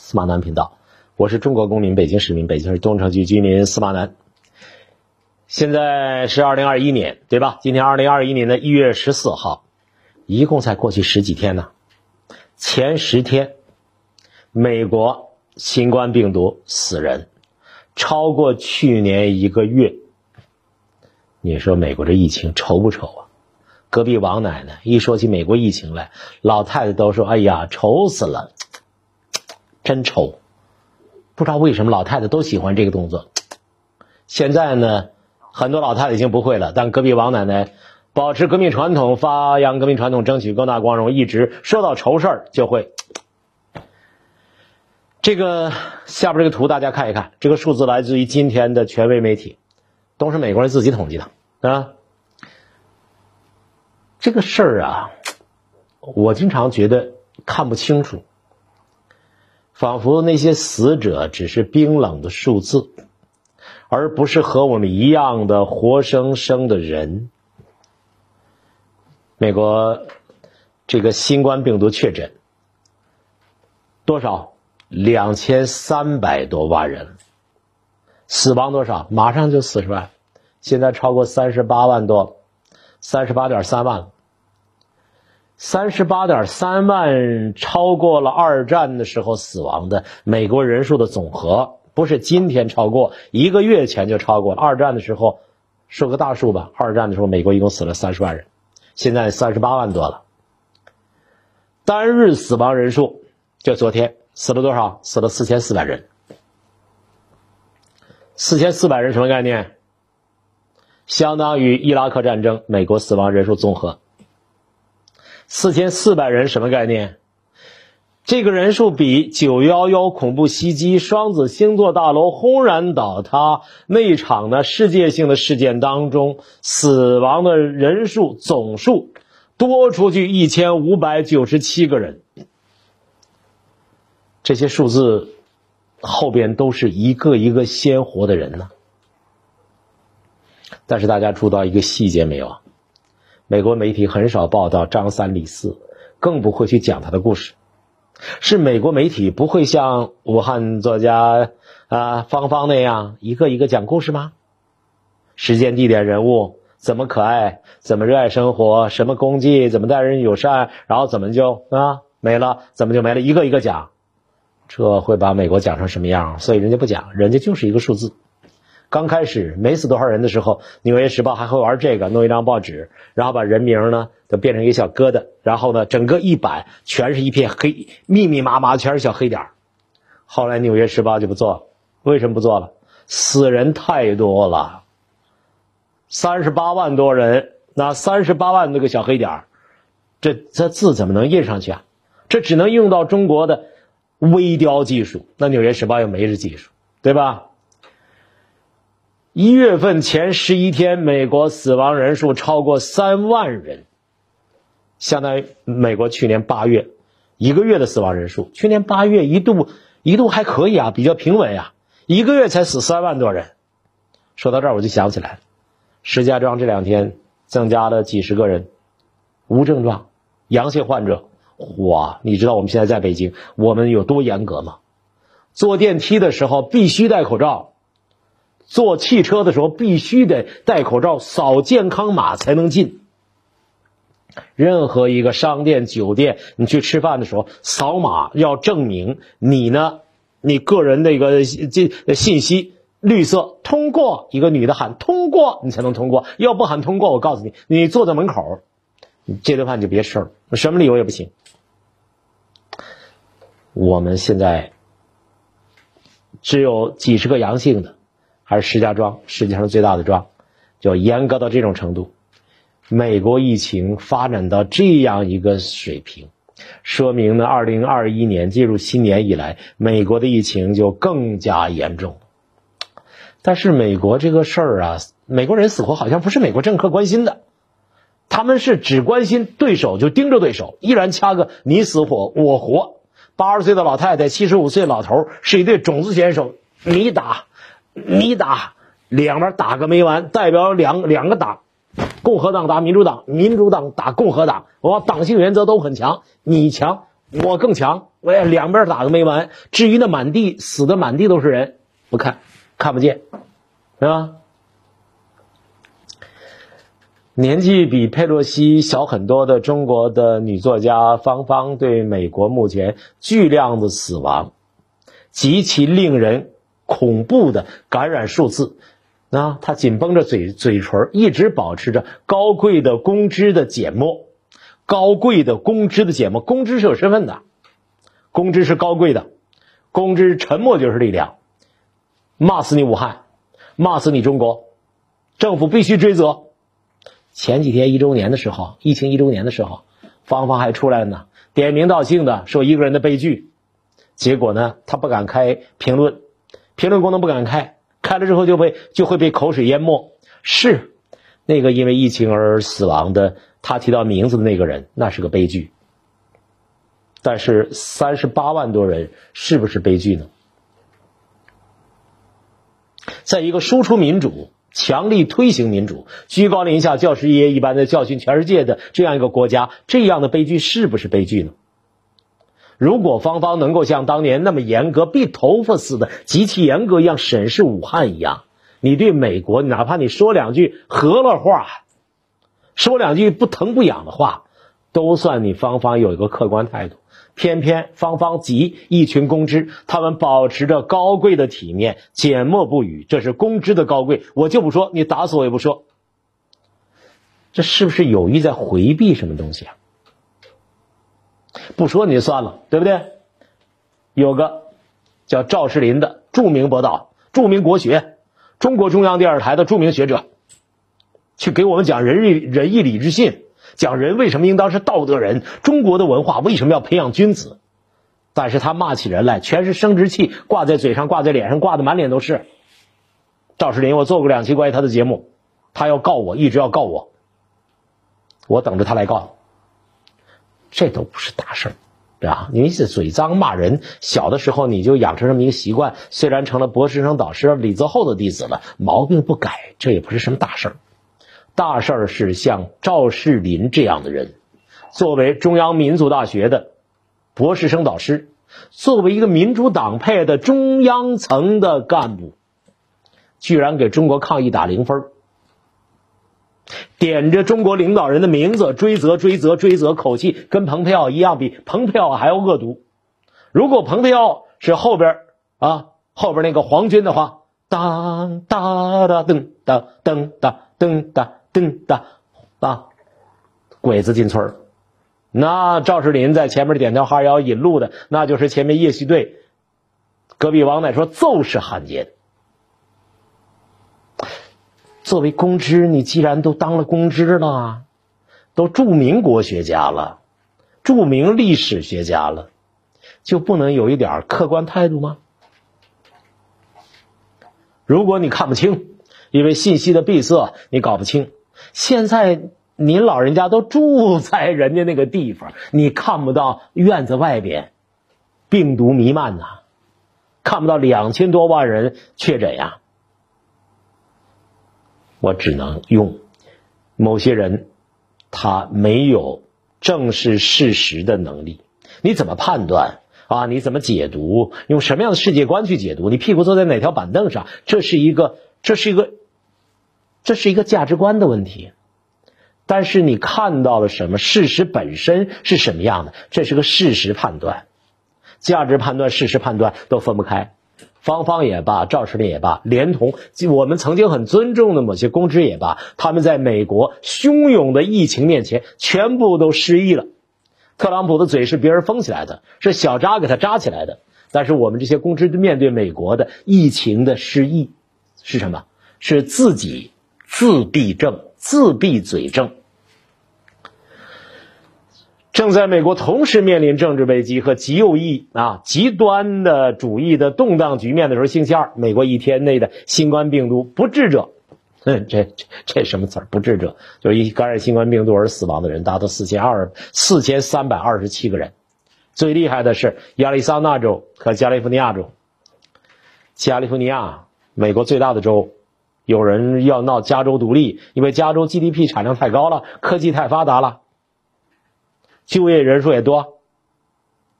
司马南频道，我是中国公民，北京市民，北京市东城区居民司马南。现在是2021年，对吧？今天2021年的1月14号，一共才过去10几天呢。前10天，美国新冠病毒死人超过去年1个月。你说美国这疫情愁不愁啊？隔壁王奶奶一说起美国疫情来，老太太都说：“哎呀，愁死了，真愁。”不知道为什么老太太都喜欢这个动作。现在呢，很多老太太已经不会了，但隔壁王奶奶保持革命传统，发扬革命传统，争取更大光荣，一直说到愁事儿就会。这个下边这个图大家看一看，这个数字来自于今天的权威媒体，都是美国人自己统计的啊。这个事儿啊，我经常觉得看不清楚，仿佛那些死者只是冰冷的数字，而不是和我们一样的活生生的人。美国这个新冠病毒确诊多少？2300多万人，死亡多少？马上就40万，现在超过38万多，38.3万了。38.3万超过了二战的时候死亡的美国人数的总和，不是今天超过，1个月前就超过了。二战的时候说个大数吧，二战的时候美国一共死了30万人，现在38万多了。单日死亡人数就昨天死了多少？死了4400人。4400人什么概念？相当于伊拉克战争美国死亡人数综合。4400人什么概念？这个人数比911恐怖袭击、双子星座大楼轰然倒塌那一场呢世界性的事件当中死亡的人数总数多出去1597个人。这些数字后边都是一个一个鲜活的人呢。但是大家注意到一个细节没有啊？美国媒体很少报道张三李四，更不会去讲他的故事。是美国媒体不会像武汉作家芳芳那样一个一个讲故事吗？时间地点人物怎么可爱，怎么热爱生活，什么功绩，怎么待人友善，然后怎么就没了，怎么就没了，一个一个讲。这会把美国讲成什么样？所以人家不讲，人家就是一个数字。刚开始没死多少人的时候，纽约时报还会玩这个，弄一张报纸，然后把人名呢都变成一个小疙瘩，然后呢整个一版全是一片黑，密密麻麻全是小黑点。后来纽约时报就不做了。为什么不做了？死人太多了，38万多人，那38万那个小黑点，这字怎么能印上去啊？这只能用到中国的微雕技术，那纽约时报又没这技术，对吧？1月份前11天，美国死亡人数超过3万人，相当于美国去年8月1个月的死亡人数。去年8月一度还可以啊，比较平稳啊，1个月才死3万多人。说到这儿我就想起来了，石家庄这2天增加了几十个人无症状阳性患者。哇，你知道我们现在在北京我们有多严格吗？坐电梯的时候必须戴口罩，坐汽车的时候必须得戴口罩，扫健康码才能进。任何一个商店酒店你去吃饭的时候扫码要证明你个人的一个信息绿色通过，一个女的喊通过你才能通过，要不喊通过我告诉你，你坐在门口你这顿饭就别吃了，什么理由也不行。我们现在只有几十个阳性的，还是石家庄世界上最大的庄，就严格到这种程度。美国疫情发展到这样一个水平，说明呢2021年进入新年以来，美国的疫情就更加严重。但是美国这个事儿啊，美国人死活好像不是美国政客关心的，他们是只关心对手，就盯着对手，依然掐个你死我活。80岁的老太太，75岁的老头是一对种子选手，你打两边打个没完，代表两个党，共和党打民主党，民主党打共和党，党性原则都很强，你强我更强，两边打个没完。至于那满地死的满地都是人，不看不见，是吧？年纪比佩洛西小很多的中国的女作家芳芳对美国目前巨量的死亡极其令人恐怖的感染数字，她紧绷着嘴唇，一直保持着高贵的公知的缄默。高贵的公知的缄默，公知是有身份的，公知是高贵的，公知沉默就是力量。骂死你武汉，骂死你中国，政府必须追责。前几天疫情1周年的时候，芳芳还出来了呢，点名道姓的说一个人的悲剧。结果呢，他不敢开评论功能不敢开了之后就会被口水淹没。是那个因为疫情而死亡的，他提到名字的那个人，那是个悲剧。但是38万多人是不是悲剧呢？在一个输出民主、强力推行民主、居高临下教师爷一般的教训全世界的这样一个国家，这样的悲剧是不是悲剧呢？如果芳芳能够像当年那么严格，逼头发似的极其严格一样审视武汉一样，你对美国哪怕你说两句和了话，说两句不疼不痒的话，都算你芳芳有一个客观态度。偏偏芳芳及一群公知，他们保持着高贵的体面，缄默不语，这是公知的高贵，我就不说，你打死我也不说。这是不是有意在回避什么东西啊？不说你就算了，对不对？有个叫赵世林的著名博导、著名国学、中国中央电视台的著名学者，去给我们讲仁义礼智信，讲人为什么应当是道德人，中国的文化为什么要培养君子。但是他骂起人来全是生殖器，挂在嘴上，挂在脸上，挂的满脸都是。赵世林我做过2期关于他的节目，他要告我，一直要告我，我等着他来告。这都不是大事儿，对吧？你是嘴脏骂人，小的时候你就养成这么一个习惯，虽然成了博士生导师李泽厚的弟子了，毛病不改，这也不是什么大事儿。大事儿是像赵世林这样的人，作为中央民族大学的博士生导师，作为一个民主党派的中央层的干部，居然给中国抗疫打0分，点着中国领导人的名字追责，口气跟蓬佩奥一样，比蓬佩奥还要恶毒。如果蓬佩奥是后边那个皇军的话，当哒哒噔哒噔哒噔哒噔哒鬼子进村，那赵世林在前面点条哈腰引路的，那就是前面夜袭队隔壁王乃说奏是汉奸。作为公知，你既然都当了公知了，都著名国学家了，著名历史学家了，就不能有一点客观态度吗？如果你看不清，因为信息的闭塞你搞不清，现在您老人家都住在人家那个地方，你看不到院子外边病毒弥漫呐，看不到2000多万人确诊呀。我只能用某些人他没有正视事实的能力。你怎么判断啊？你怎么解读？用什么样的世界观去解读？你屁股坐在哪条板凳上？这是一个价值观的问题。但是你看到了什么？事实本身是什么样的？这是个事实判断。价值判断、事实判断都分不开。芳芳也罢，赵世林也罢，连同我们曾经很尊重的某些公知也罢，他们在美国汹涌的疫情面前全部都失忆了。特朗普的嘴是别人封起来的，是小扎给他扎起来的。但是我们这些公知面对美国的疫情的失忆是什么？是自己自闭症、自闭嘴症。正在美国同时面临政治危机和极右翼极端的主义的动荡局面的时候，星期二，美国1天内的新冠病毒不治者，这什么词儿？不治者就是因感染新冠病毒而死亡的人达到4327个人。最厉害的是亚利桑那州和加利福尼亚州。加利福尼亚，美国最大的州，有人要闹加州独立，因为加州 GDP 产量太高了，科技太发达了，就业人数也多，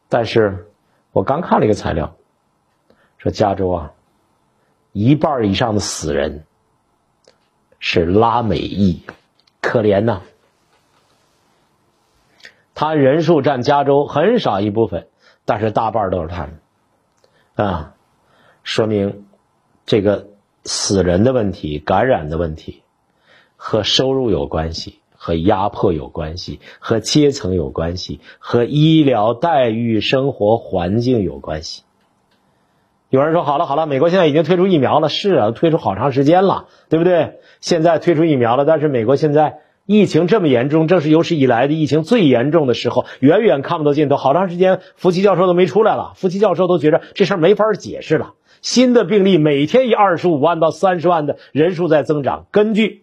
但是我刚看了一个材料，说加州啊，1半以上的死人是拉美裔，可怜呐。他人数占加州很少一部分，但是大半都是他们啊，说明这个死人的问题、感染的问题和收入有关系，和压迫有关系，和阶层有关系，和医疗待遇、生活环境有关系。有人说好了，美国现在已经推出疫苗了，是啊，推出好长时间了，对不对？现在推出疫苗了，但是美国现在疫情这么严重，正是有史以来的疫情最严重的时候，远远看不到尽头。好长时间福奇教授都没出来了，福奇教授都觉得这事儿没法解释了。新的病例每天以25万到30万的人数在增长。根据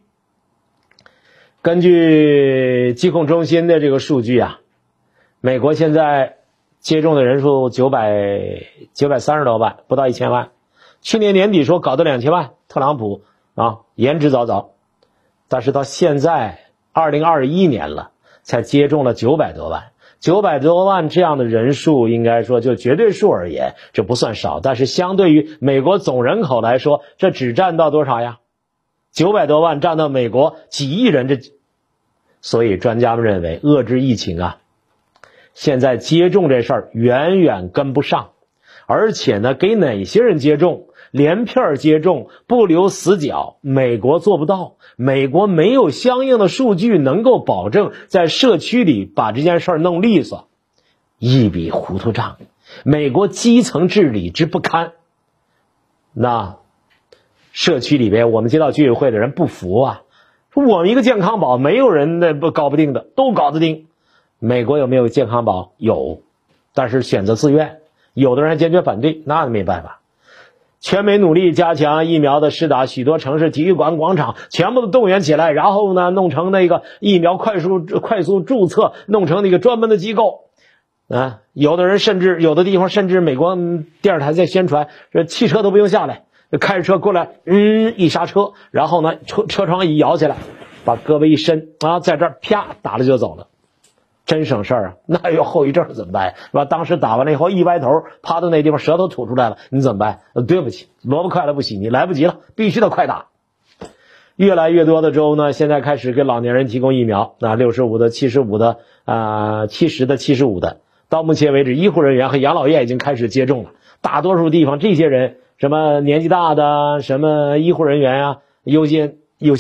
疾控中心的这个数据啊，美国现在接种的人数930多万，不到1000万。去年年底说搞到2000万，特朗普啊言之凿凿，但是到现在2021年了，才接种了900多万。900多万这样的人数，应该说就绝对数而言，这不算少。但是相对于美国总人口来说，这只占到多少呀？900多万占到美国几亿人，所以专家们认为遏制疫情啊，现在接种这事儿远远跟不上，而且呢，给哪些人接种，连片接种，不留死角，美国做不到。美国没有相应的数据能够保证在社区里把这件事儿弄利索，一笔糊涂账。美国基层治理之不堪，那社区里边我们街道居委会的人不服啊，说我们一个健康宝没有人搞不定的，都搞得定。美国有没有健康宝？有，但是选择自愿，有的人坚决反对，那没办法。全美努力加强疫苗的施打，许多城市体育馆、广场全部都动员起来，然后呢，弄成那个疫苗快速注册，弄成那个专门的机构啊。有的地方甚至美国电视台在宣传，这汽车都不用下来，开着车过来，一刹车，然后呢，车窗一摇起来，把胳膊一伸啊，在这儿啪打了就走了。真省事儿啊！那有后遗症怎么办？是吧？当时打完了以后一歪头，趴到那地方舌头吐出来了，你怎么办？对不起，萝卜快了不洗泥，来不及了，必须得快打。越来越多的州呢，现在开始给老年人提供疫苗，65的、75的、70的、75的。到目前为止，医护人员和养老院已经开始接种了。大多数地方这些人，什么年纪大的，什么医护人员啊，优先。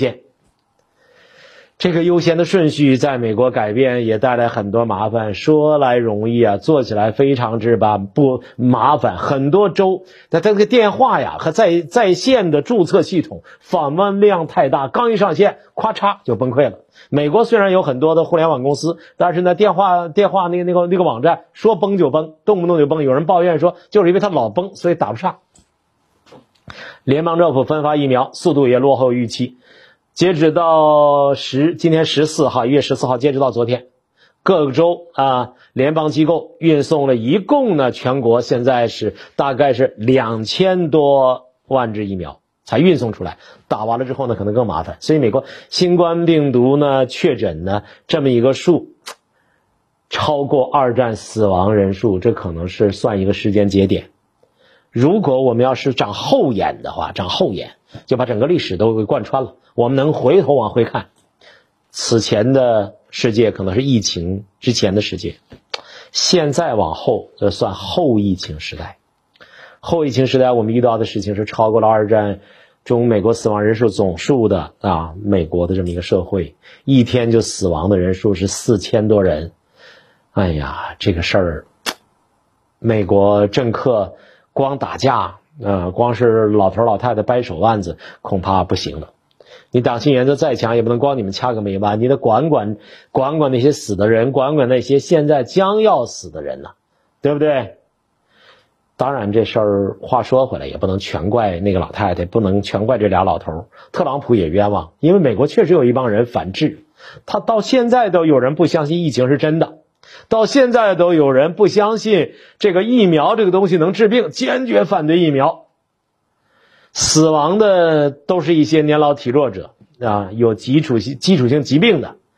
这个优先的顺序在美国改变也带来很多麻烦，说来容易啊，做起来非常之不麻烦。很多州它这个电话呀和在线的注册系统访问量太大，刚一上线，咔嚓就崩溃了。美国虽然有很多的互联网公司，但是呢，电话那个网站说崩就崩，动不动就崩。有人抱怨说，就是因为它老崩，所以打不上。联邦政府分发疫苗速度也落后预期。截止到今天14号，1月14号，截止到昨天，各个州联邦机构运送了一共呢，全国现在大概是2000多万支疫苗才运送出来，打完了之后呢，可能更麻烦。所以美国新冠病毒呢确诊呢这么一个数，超过2战死亡人数，这可能是算一个时间节点。如果我们要是长后眼的话，就把整个历史都给贯穿了。我们能回头往回看，此前的世界可能是疫情之前的世界，现在往后就算后疫情时代。后疫情时代我们遇到的事情是超过了2战中美国死亡人数总数的美国的这么一个社会，一天就死亡的人数是4000多人。哎呀，这个事儿，美国政客光打架光是老头老太太掰手腕子恐怕不行了。你党性原则再强，也不能光你们掐个没完，你得管管那些死的人，管管那些现在将要死的人对不对？当然这事儿话说回来，也不能全怪那个老太太，不能全怪这俩老头。特朗普也冤枉，因为美国确实有一帮人反制，他到现在都有人不相信疫情是真的，到现在都有人不相信这个疫苗这个东西能治病，坚决反对疫苗。死亡的都是一些年老体弱者有基础性疾病的，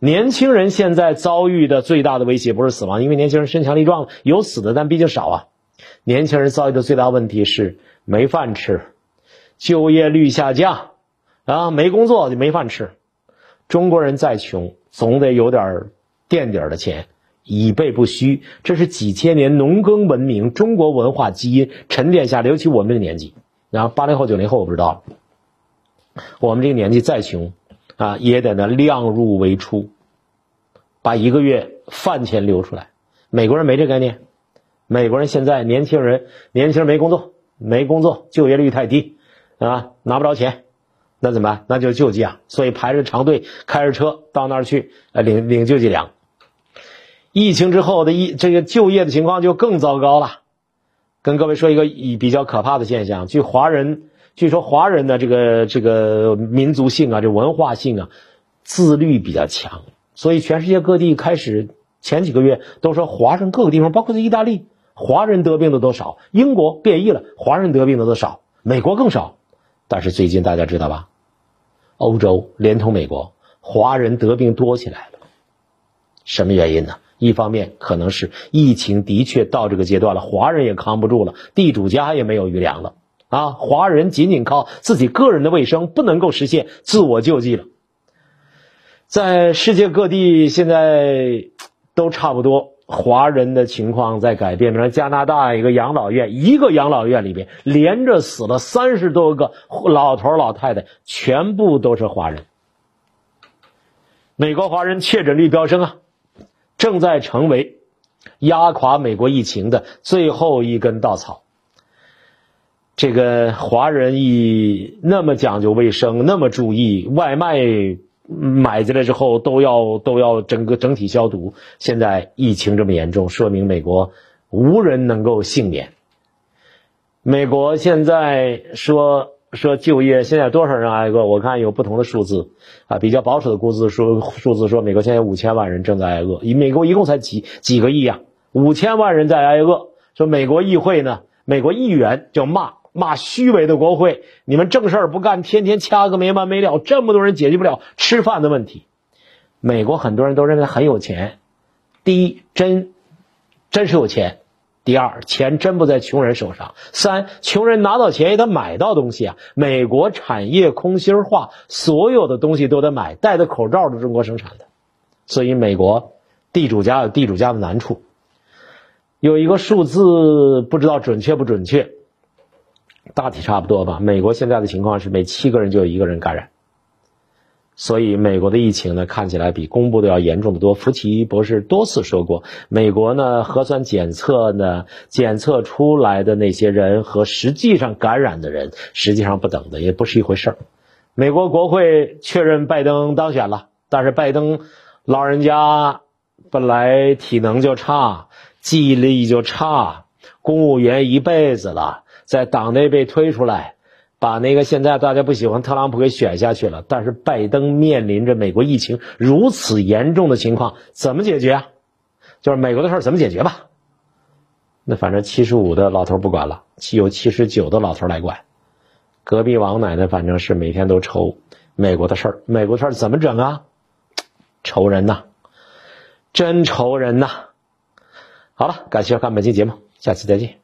年轻人现在遭遇的最大的威胁不是死亡，因为年轻人身强力壮，有死的但毕竟少啊。年轻人遭遇的最大问题是没饭吃，就业率下降啊，没工作就没饭吃。中国人再穷，总得有点垫底的钱，以备不虚。这是几千年农耕文明、中国文化基因沉淀下，尤其我们这个年纪，然后80后、90后我不知道了，我们这个年纪再穷啊，也得呢量入为出，把一个月饭钱留出来。美国人没这概念，美国人现在年轻人没工作，就业率太低啊，拿不着钱，那怎么办？那就救济啊，所以排着长队，开着车到那儿去领救济粮。疫情之后的这个就业的情况就更糟糕了。跟各位说一个比较可怕的现象，据说华人的这个民族性啊，这文化性啊，自律比较强，所以全世界各地开始前几个月都说华人各个地方，包括在意大利，华人得病的都少，英国变异了，华人得病的都少，美国更少。但是最近大家知道吧，欧洲连同美国，华人得病多起来了。什么原因呢？一方面可能是疫情的确到这个阶段了，华人也扛不住了，地主家也没有余粮了啊！华人仅仅靠自己个人的卫生不能够实现自我救济了。在世界各地现在都差不多，华人的情况在改变。比如加拿大一个养老院里边连着死了30多个老头老太太，全部都是华人。美国华人确诊率飙升啊，正在成为压垮美国疫情的最后一根稻草。这个华人那么讲究卫生，那么注意外卖买进来之后都要整体消毒。现在疫情这么严重，说明美国无人能够幸免。美国现在说就业，现在多少人挨饿？我看有不同的数字啊，比较保守的数字说美国现在有5000万人正在挨饿。美国一共才几个亿啊，5000万人在挨饿。说美国议会呢，美国议员就骂虚伪的国会，你们正事儿不干，天天掐个没完没了，这么多人解决不了吃饭的问题。美国很多人都认为很有钱，第一，真是有钱；第二，钱真不在穷人手上；三，穷人拿到钱也得买到东西啊。美国产业空心化，所有的东西都得买，戴的口罩都是中国生产的，所以美国地主家有地主家的难处。有一个数字不知道准确不准确，大体差不多吧。美国现在的情况是每7个人就有1个人感染，所以美国的疫情呢看起来比公布的要严重的多。福奇博士多次说过，美国呢核酸检测出来的那些人和实际上感染的人实际上不等的，也不是一回事儿。美国国会确认拜登当选了，但是拜登老人家本来体能就差，记忆力就差，公务员一辈子了，在党内被推出来，把那个现在大家不喜欢特朗普给选下去了。但是拜登面临着美国疫情如此严重的情况，怎么解决啊？就是美国的事儿怎么解决吧。那反正75的老头不管了，有79的老头来管。隔壁王奶奶反正是每天都愁美国的事儿。美国事儿怎么整啊？愁人呐，真愁人呐。好了，感谢收看本期节目，下期再见。